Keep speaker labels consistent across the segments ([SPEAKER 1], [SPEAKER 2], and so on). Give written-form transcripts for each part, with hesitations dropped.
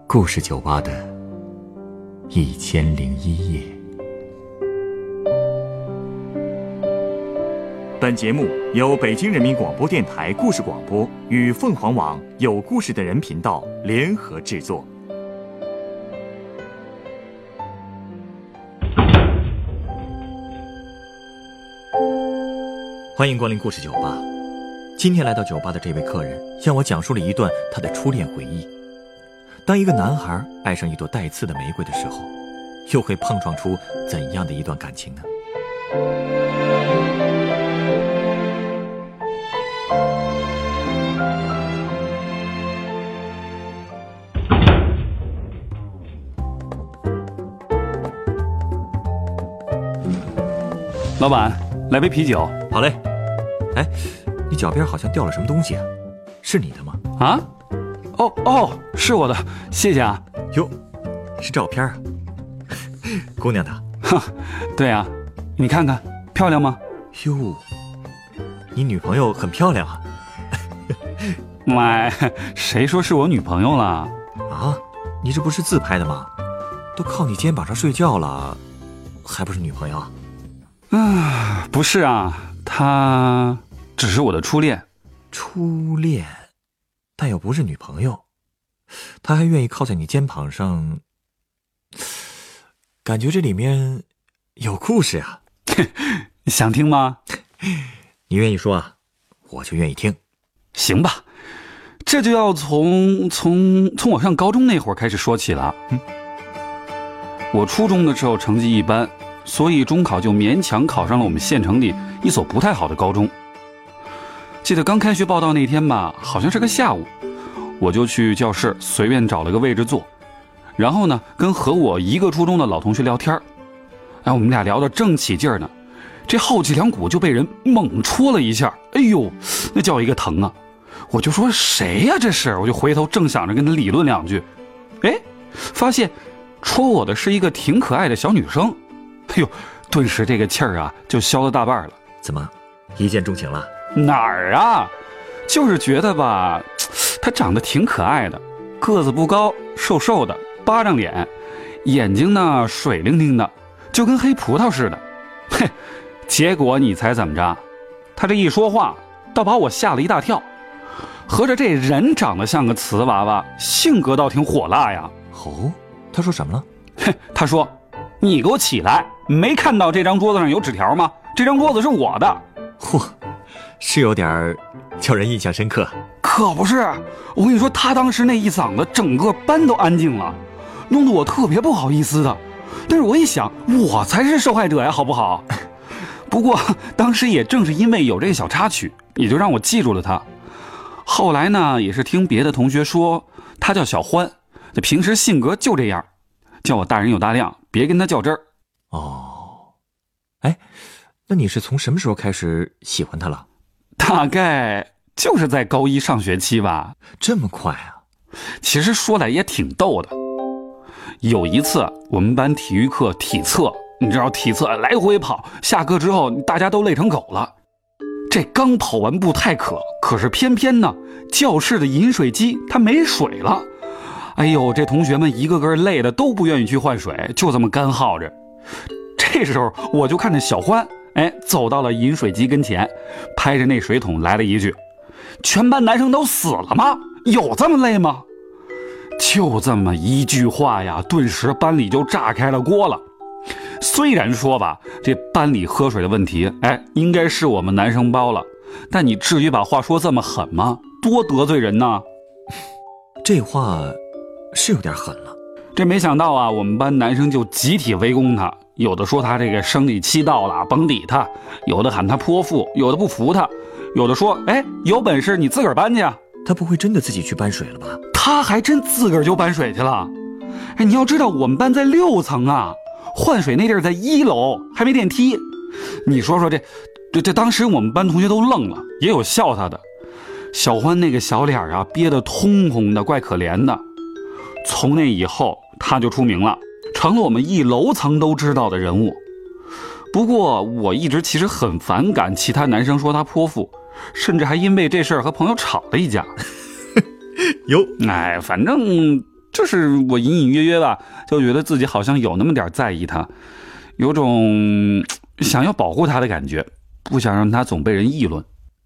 [SPEAKER 1] 故事酒吧的1001夜。
[SPEAKER 2] 本节目由北京人民广播电台故事广播与凤凰网有故事的人频道联合制作。
[SPEAKER 1] 欢迎光临故事酒吧。今天来到酒吧的这位客人向我讲述了一段他的初恋回忆。当一个男孩爱上一朵带刺的玫瑰的时候，又会碰撞出怎样的一段感情呢？
[SPEAKER 3] 老板，来杯啤酒。
[SPEAKER 1] 好嘞。哎，你脚边好像掉了什么东西啊？是你的吗？
[SPEAKER 3] 啊？哦，是我的，谢谢啊。
[SPEAKER 1] 哟，是照片啊？姑娘的？
[SPEAKER 3] 哼，对啊，你看看，漂亮吗？
[SPEAKER 1] 哟，你女朋友很漂亮啊。
[SPEAKER 3] 妈，谁说是我女朋友了？
[SPEAKER 1] 啊，你这不是自拍的吗？都靠你肩膀上睡觉了，还不是女朋友啊？
[SPEAKER 3] 不是啊，她只是我的初恋。
[SPEAKER 1] 初恋，但又不是女朋友，她还愿意靠在你肩膀上，感觉这里面有故事啊。
[SPEAKER 3] 想听吗？
[SPEAKER 1] 你愿意说啊，我就愿意听。
[SPEAKER 3] 行吧，这就要从我上高中那会儿开始说起了。我初中的时候成绩一般，所以中考就勉强考上了我们县城里一所不太好的高中。记得刚开学报到那天吧，好像是个下午，我就去教室随便找了个位置坐，然后呢跟和我一个初中的老同学聊天。我们俩聊得正起劲儿呢，这后脊梁骨就被人猛戳了一下，哎呦，那叫一个疼啊！我就说谁呀这是？我就回头正想着跟他理论两句，发现戳我的是一个挺可爱的小女生。哎呦，顿时这个气儿啊就消了大半了。
[SPEAKER 1] 怎么，一见钟情了？
[SPEAKER 3] 哪儿啊，就是觉得吧，她长得挺可爱的，个子不高，瘦瘦的，巴掌脸，眼睛呢水灵灵的，就跟黑葡萄似的。嘿，结果你猜怎么着？她这一说话倒把我吓了一大跳，合着这人长得像个瓷娃娃，性格倒挺火辣呀。
[SPEAKER 1] 哦，他说什么了？
[SPEAKER 3] 他说，你给我起来，没看到这张桌子上有纸条吗？这张桌子是我的。
[SPEAKER 1] 嚯，是有点叫人印象深刻。
[SPEAKER 3] 可不是，我跟你说，他当时那一嗓子，整个班都安静了，弄得我特别不好意思的。但是我一想，我才是受害者呀，好不好？不过当时也正是因为有这个小插曲，也就让我记住了他。后来呢，也是听别的同学说，他叫小欢，这平时性格就这样，叫我大人有大量，别跟他较真儿。
[SPEAKER 1] 哦，哎，那你是从什么时候开始喜欢他了？
[SPEAKER 3] 大概就是在高一上学期吧。
[SPEAKER 1] 这么快啊？
[SPEAKER 3] 其实说来也挺逗的。有一次我们班体育课体测，你知道体测来回跑，下课之后大家都累成狗了。这刚跑完步太渴，可是偏偏呢教室的饮水机它没水了。哎呦，这同学们一个个累的都不愿意去换水，就这么干耗着。这时候我就看着小欢走到了饮水机跟前，拍着那水桶来了一句，全班男生都死了吗？有这么累吗？就这么一句话呀，顿时班里就炸开了锅了。虽然说吧，这班里喝水的问题应该是我们男生包了，但你至于把话说这么狠吗？多得罪人呢。
[SPEAKER 1] 这话是有点狠了。
[SPEAKER 3] 这没想到啊，我们班男生就集体围攻他，有的说他这个生理期到了甭理他，有的喊他泼妇，有的不服他，有的说有本事你自个儿搬去啊。
[SPEAKER 1] 他不会真的自己去搬水了吧？
[SPEAKER 3] 他还真自个儿就搬水去了。你要知道我们班在6层啊，换水那地儿在1楼，还没电梯。你说说这当时我们班同学都愣了，也有笑他的。小欢那个小脸啊憋得通红的，怪可怜的。从那以后他就出名了，成了我们1楼层都知道的人物。不过我一直其实很反感其他男生说他泼妇，甚至还因为这事儿和朋友吵了一架。
[SPEAKER 1] 哟，
[SPEAKER 3] 反正就是我隐隐约约吧，就觉得自己好像有那么点在意他，有种想要保护他的感觉，不想让他总被人议论。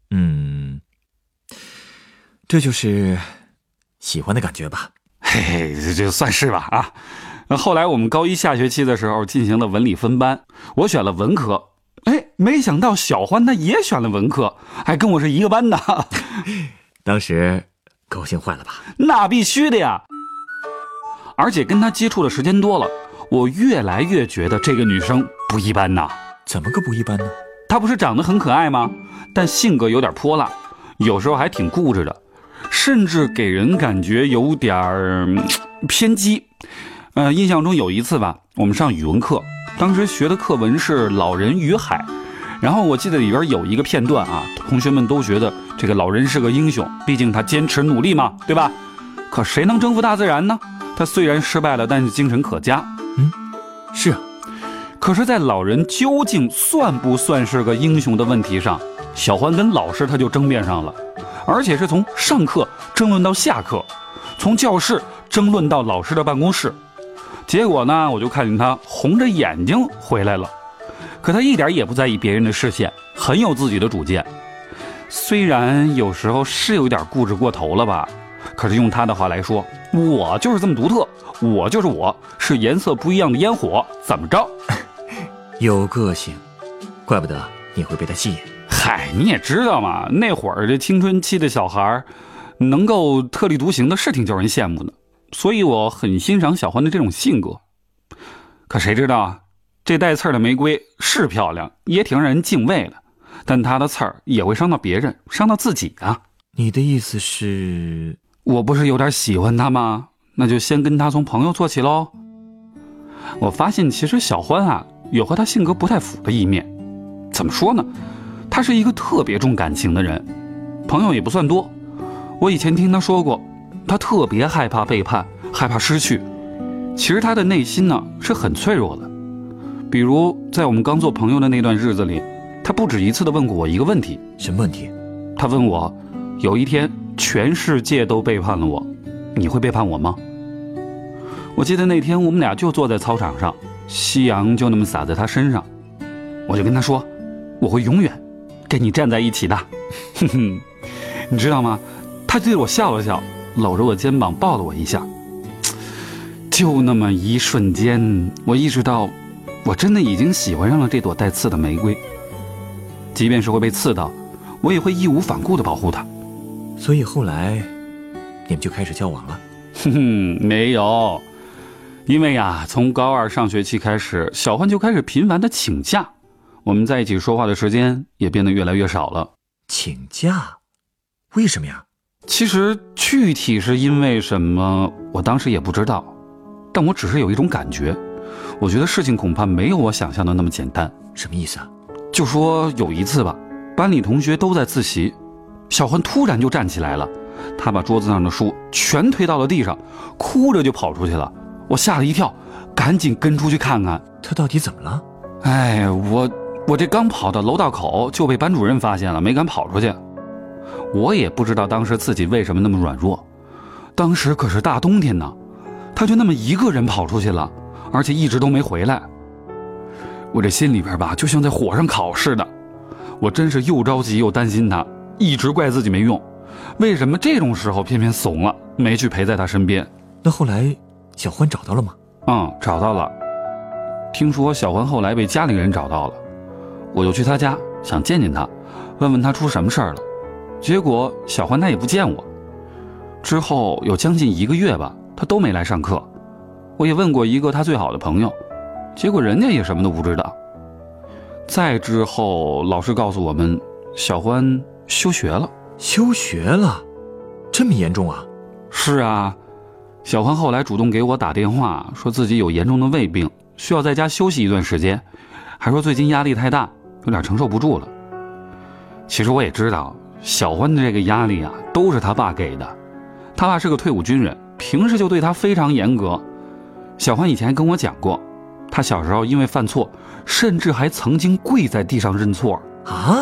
[SPEAKER 1] 这就是喜欢的感觉吧？
[SPEAKER 3] 嘿嘿，这算是吧啊。后来我们高一下学期的时候进行了文理分班，我选了文科，没想到小欢他也选了文科，还跟我是一个班的。
[SPEAKER 1] 当时高兴坏了吧？
[SPEAKER 3] 那必须的呀。而且跟他接触的时间多了，我越来越觉得这个女生不一般呐。
[SPEAKER 1] 怎么个不一般呢？
[SPEAKER 3] 她不是长得很可爱吗？但性格有点泼辣，有时候还挺固执的，甚至给人感觉有点偏激。印象中有一次吧，我们上语文课，当时学的课文是《老人与海》，然后我记得里边有一个片段啊，同学们都觉得这个老人是个英雄，毕竟他坚持努力嘛，对吧？可谁能征服大自然呢？他虽然失败了，但是精神可嘉。
[SPEAKER 1] 是啊。
[SPEAKER 3] 可是在老人究竟算不算是个英雄的问题上，小欢跟老师他就争辩上了，而且是从上课争论到下课，从教室争论到老师的办公室。结果呢，我就看见他红着眼睛回来了，可他一点也不在意别人的视线，很有自己的主见。虽然有时候是有点固执过头了吧，可是用他的话来说，我就是这么独特，我就是我，是颜色不一样的烟火，怎么着？
[SPEAKER 1] 有个性，怪不得你会被他吸引。
[SPEAKER 3] 嗨，你也知道嘛，那会儿这青春期的小孩能够特立独行的是挺叫人羡慕的，所以我很欣赏小欢的这种性格。可谁知道啊，这带刺儿的玫瑰是漂亮，也挺让人敬畏的，但它的刺儿也会伤到别人，伤到自己啊。
[SPEAKER 1] 你的意思是，
[SPEAKER 3] 我不是有点喜欢他吗？那就先跟他从朋友做起喽。我发现其实小欢啊，有和他性格不太符的一面。怎么说呢？他是一个特别重感情的人，朋友也不算多。我以前听他说过，他特别害怕背叛，害怕失去。其实他的内心呢是很脆弱的。比如在我们刚做朋友的那段日子里，他不止一次地问过我一个问题。
[SPEAKER 1] 什么问题？
[SPEAKER 3] 他问我，有一天全世界都背叛了我，你会背叛我吗？我记得那天我们俩就坐在操场上，夕阳就那么洒在他身上，我就跟他说，我会永远跟你站在一起的。哼哼，你知道吗？他对我笑了笑，搂着我肩膀抱了我一下。就那么一瞬间，我意识到我真的已经喜欢上了这朵带刺的玫瑰，即便是会被刺到，我也会义无反顾地保护它。
[SPEAKER 1] 所以后来你们就开始交往了？
[SPEAKER 3] 哼哼，没有。因为呀，从高二上学期开始，小欢就开始频繁的请假，我们在一起说话的时间也变得越来越少了。
[SPEAKER 1] 请假？为什么呀？
[SPEAKER 3] 其实具体是因为什么，我当时也不知道，但我只是有一种感觉，我觉得事情恐怕没有我想象的那么简单。
[SPEAKER 1] 什么意思啊？
[SPEAKER 3] 就说有一次吧，班里同学都在自习，小欢突然就站起来了，他把桌子上的书全推到了地上，哭着就跑出去了。我吓了一跳，赶紧跟出去看看
[SPEAKER 1] 他到底怎么了。
[SPEAKER 3] 哎，我这刚跑到楼道口就被班主任发现了，没敢跑出去。我也不知道当时自己为什么那么软弱，当时可是大冬天呢，他就那么一个人跑出去了，而且一直都没回来。我这心里边吧，就像在火上烤似的，我真是又着急又担心他，一直怪自己没用，为什么这种时候偏偏怂了，没去陪在他身边。
[SPEAKER 1] 那后来小欢找到了吗？
[SPEAKER 3] 找到了。听说小欢后来被家里人找到了，我就去他家想见见他，问问他出什么事儿了。结果小欢他也不见我。之后有将近1个月吧，他都没来上课。我也问过一个他最好的朋友，结果人家也什么都不知道。再之后，老师告诉我们，小欢休学了。
[SPEAKER 1] 休学了？这么严重啊？
[SPEAKER 3] 是啊，小欢后来主动给我打电话，说自己有严重的胃病，需要在家休息一段时间，还说最近压力太大，有点承受不住了。其实我也知道，小欢的这个压力啊，都是他爸给的。他爸是个退伍军人，平时就对他非常严格。小欢以前跟我讲过，他小时候因为犯错，甚至还曾经跪在地上认错。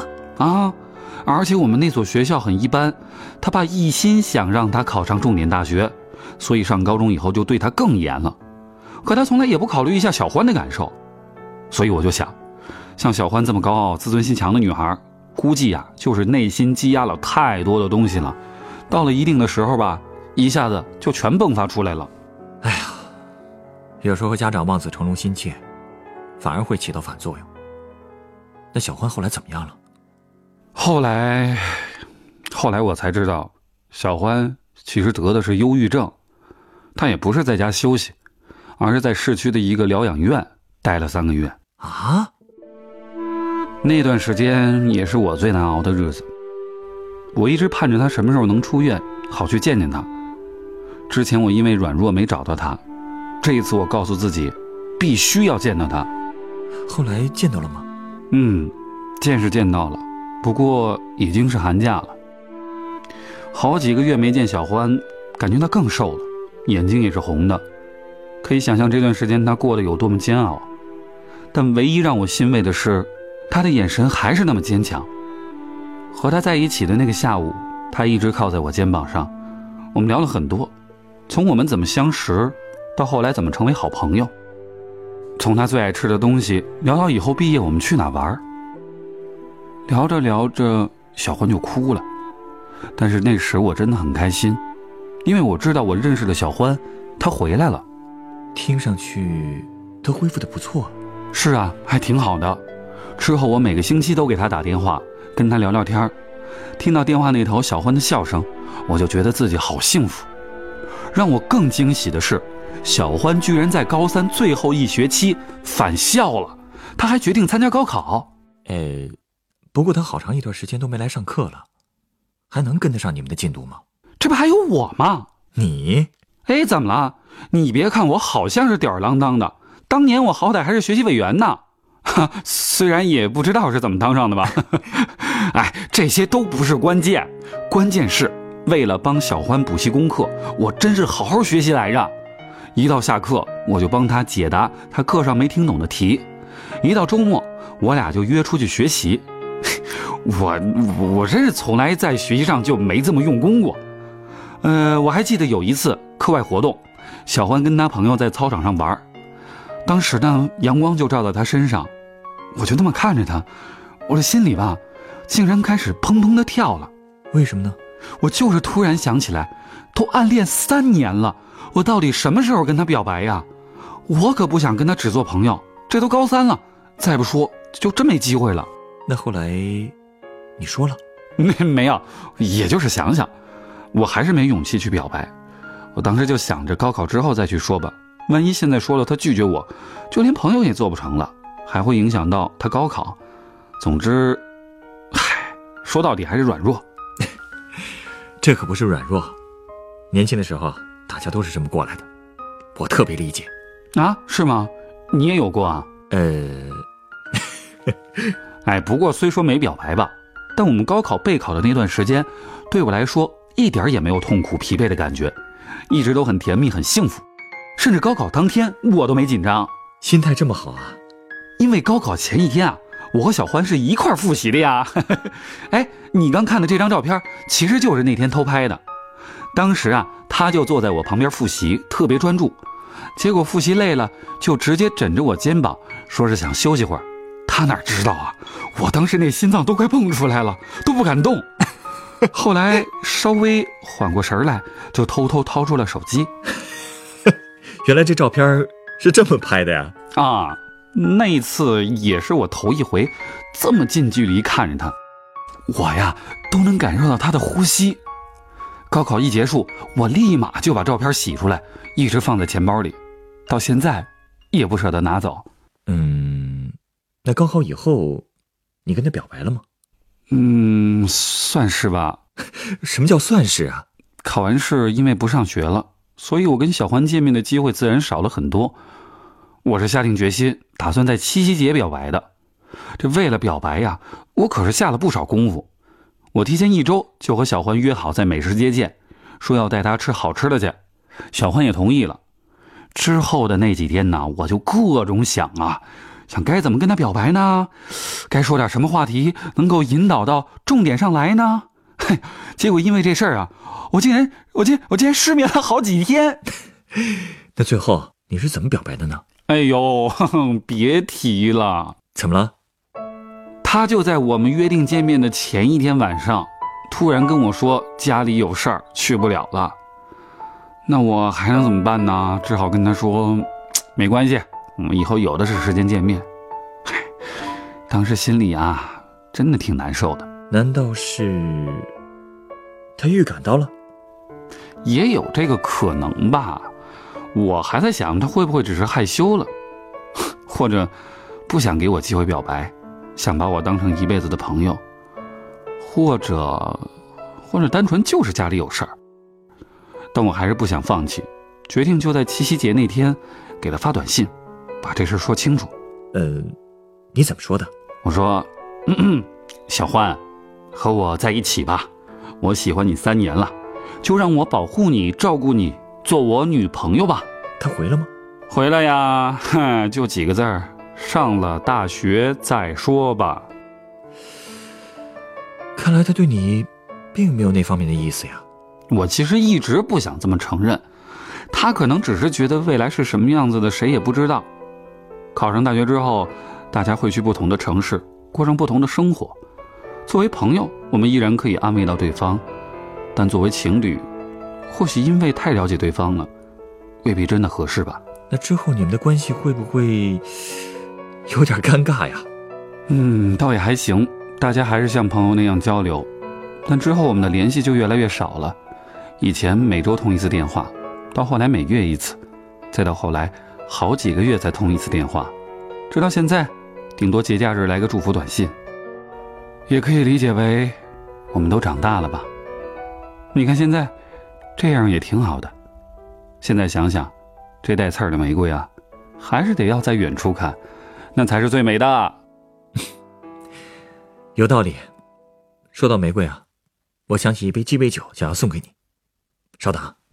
[SPEAKER 3] 而且我们那所学校很一般，他爸一心想让他考上重点大学， 所以上高中以后就对她更严了。可她从来也不考虑一下小欢的感受，所以我就想，像小欢这么高傲、自尊心强的女孩，估计呀就是内心积压了太多的东西了，到了一定的时候吧，一下子就全迸发出来了。
[SPEAKER 1] 哎呀，有时候家长望子成龙心切，反而会起到反作用。那小欢后来怎么样了？
[SPEAKER 3] 后来我才知道，小欢其实得的是忧郁症，她也不是在家休息，而是在市区的一个疗养院待了3个月。
[SPEAKER 1] 啊？
[SPEAKER 3] 那段时间也是我最难熬的日子，我一直盼着她什么时候能出院，好去见见她。之前我因为软弱没找到她，这一次我告诉自己，必须要见到她。
[SPEAKER 1] 后来见到了吗？
[SPEAKER 3] 见是见到了，不过已经是寒假了。好几个月没见小欢，感觉她更瘦了，眼睛也是红的，可以想象这段时间她过得有多么煎熬。但唯一让我欣慰的是，她的眼神还是那么坚强。和她在一起的那个下午，她一直靠在我肩膀上，我们聊了很多，从我们怎么相识，到后来怎么成为好朋友，从她最爱吃的东西聊到以后毕业我们去哪玩。聊着聊着，小欢就哭了。但是那时我真的很开心，因为我知道我认识的小欢，她回来了。
[SPEAKER 1] 听上去她恢复得不错。
[SPEAKER 3] 是啊，还挺好的。之后我每个星期都给她打电话，跟她聊聊天。听到电话那头小欢的笑声，我就觉得自己好幸福。让我更惊喜的是，小欢居然在高3最后1学期返校了，她还决定参加高考。
[SPEAKER 1] 不过她好长一段时间都没来上课了，还能跟得上你们的进度吗？
[SPEAKER 3] 这不还有我吗？
[SPEAKER 1] 你？
[SPEAKER 3] 怎么了？你别看我好像是吊儿郎当的，当年我好歹还是学习委员呢。虽然也不知道是怎么当上的吧。这些都不是关键，关键是为了帮小欢补习功课，我真是好好学习来着。一到下课，我就帮他解答他课上没听懂的题。一到周末，我俩就约出去学习。我真是从来在学习上就没这么用功过。我还记得有一次课外活动，小欢跟他朋友在操场上玩，当时呢阳光就照到他身上，我就那么看着他，我的心里吧竟然开始砰砰的跳了。
[SPEAKER 1] 为什么呢？
[SPEAKER 3] 我就是突然想起来，都暗恋3年了，我到底什么时候跟他表白呀？我可不想跟他只做朋友，这都高3了，再不说就真没机会了。
[SPEAKER 1] 那后来你说了？
[SPEAKER 3] 没有，也就是想想，我还是没勇气去表白。我当时就想着高考之后再去说吧，万一现在说了他拒绝我，就连朋友也做不成了，还会影响到他高考。总之说到底还是软弱。
[SPEAKER 1] 这可不是软弱，年轻的时候大家都是这么过来的，我特别理解。
[SPEAKER 3] 啊，是吗？你也有过啊？不过虽说没表白吧，但我们高考备考的那段时间，对我来说一点也没有痛苦疲惫的感觉，一直都很甜蜜很幸福，甚至高考当天我都没紧张。
[SPEAKER 1] 心态这么好啊？
[SPEAKER 3] 因为高考前一天啊，我和小欢是一块复习的呀。你刚看的这张照片其实就是那天偷拍的。当时啊，他就坐在我旁边复习，特别专注，结果复习累了就直接枕着我肩膀，说是想休息会儿。他哪知道啊，我当时那心脏都快蹦出来了，都不敢动。后来稍微缓过神来，就偷偷掏出了手机。
[SPEAKER 1] 原来这照片是这么拍的呀？
[SPEAKER 3] 那一次也是我头一回这么近距离看着他，我呀都能感受到他的呼吸。高考一结束，我立马就把照片洗出来，一直放在钱包里，到现在也不舍得拿走。
[SPEAKER 1] 那高考以后你跟他表白了吗？
[SPEAKER 3] 算是吧。
[SPEAKER 1] 什么叫算是啊？
[SPEAKER 3] 考完试因为不上学了，所以我跟小欢见面的机会自然少了很多。我是下定决心打算在7夕节表白的。这为了表白呀，我可是下了不少功夫。我提前1周就和小欢约好在美食街见，说要带她吃好吃的去。小欢也同意了。之后的那几天呢，我就各种想该怎么跟她表白呢？该说点什么话题能够引导到重点上来呢？ 嘿，结果因为这事儿啊，我竟然失眠了好几天。
[SPEAKER 1] 那最后你是怎么表白的呢？
[SPEAKER 3] 哎呦，别提了。
[SPEAKER 1] 怎么了？
[SPEAKER 3] 他就在我们约定见面的前一天晚上，突然跟我说家里有事儿去不了了。那我还能怎么办呢？只好跟他说没关系，我们以后有的是时间见面。当时心里啊真的挺难受的。
[SPEAKER 1] 难道是他预感到了？
[SPEAKER 3] 也有这个可能吧。我还在想他会不会只是害羞了，或者不想给我机会表白，想把我当成一辈子的朋友，或者单纯就是家里有事儿。但我还是不想放弃，决定就在七夕节那天给他发短信，把这事说清楚。
[SPEAKER 1] 你怎么说的？
[SPEAKER 3] 我说小欢，和我在一起吧，我喜欢你3年了，就让我保护你照顾你，做我女朋友吧。
[SPEAKER 1] 他回了吗？
[SPEAKER 3] 回来呀，就几个字儿，上了大学再说吧。
[SPEAKER 1] 看来他对你并没有那方面的意思呀。
[SPEAKER 3] 我其实一直不想这么承认，他可能只是觉得未来是什么样子的谁也不知道。考上大学之后，大家会去不同的城市，过上不同的生活。作为朋友，我们依然可以安慰到对方，但作为情侣，或许因为太了解对方了，未必真的合适吧。
[SPEAKER 1] 那之后你们的关系会不会有点尴尬呀？
[SPEAKER 3] 倒也还行，大家还是像朋友那样交流，但之后我们的联系就越来越少了。以前每周通一次电话，到后来每月一次，再到后来好几个月才通一次电话，直到现在顶多节假日来个祝福短信。也可以理解为我们都长大了吧。你看现在这样也挺好的。现在想想，这带刺儿的玫瑰啊，还是得要在远处看，那才是最美的。
[SPEAKER 1] 有道理。说到玫瑰啊，我想起一杯鸡尾酒想要送给你。稍等啊。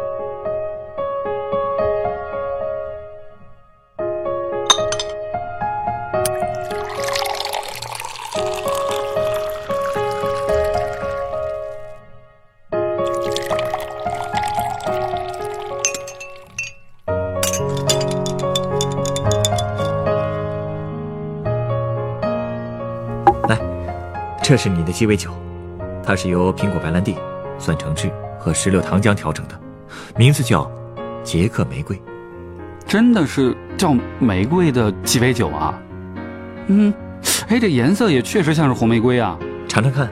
[SPEAKER 1] 这是你的鸡尾酒，它是由苹果白兰地、酸橙汁和石榴糖浆调成的，名字叫捷克玫瑰。
[SPEAKER 3] 真的是叫玫瑰的鸡尾酒啊？这颜色也确实像是红玫瑰啊。
[SPEAKER 1] 尝尝看。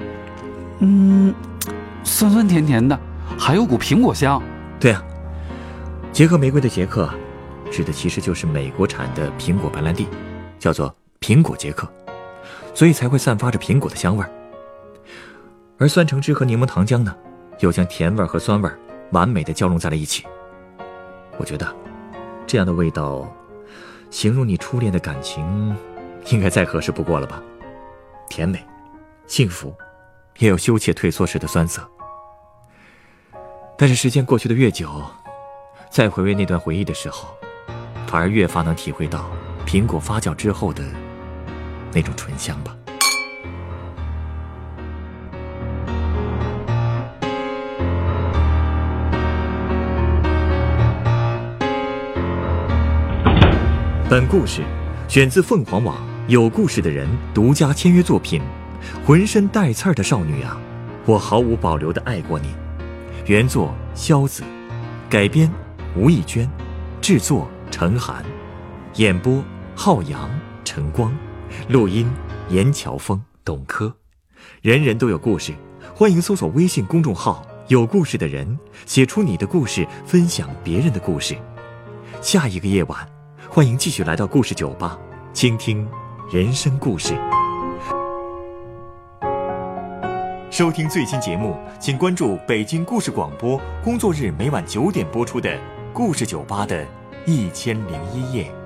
[SPEAKER 3] 酸酸甜甜的，还有股苹果香。
[SPEAKER 1] 对啊，捷克玫瑰的捷克指的其实就是美国产的苹果白兰地，叫做苹果捷克，所以才会散发着苹果的香味儿。而酸橙汁和柠檬糖浆呢，又将甜味和酸味完美的交融在了一起。我觉得这样的味道形容你初恋的感情应该再合适不过了吧。甜美、幸福，也有羞怯退缩时的酸涩。但是时间过去的越久，再回味那段回忆的时候，反而越发能体会到苹果发酵之后的那种醇香吧。本故事选自凤凰网有故事的人独家签约作品《浑身带刺儿的少女啊，我毫无保留地爱过你》，原作萧子，改编吴艺娟，制作陈寒，演播浩洋、陈光，录音严乔峰、董珂。人人都有故事，欢迎搜索微信公众号有故事的人，写出你的故事，分享别人的故事。下一个夜晚，欢迎继续来到故事酒吧，倾听人生故事。
[SPEAKER 2] 收听最新节目，请关注北京故事广播，工作日每晚9点播出的故事酒吧的1001夜。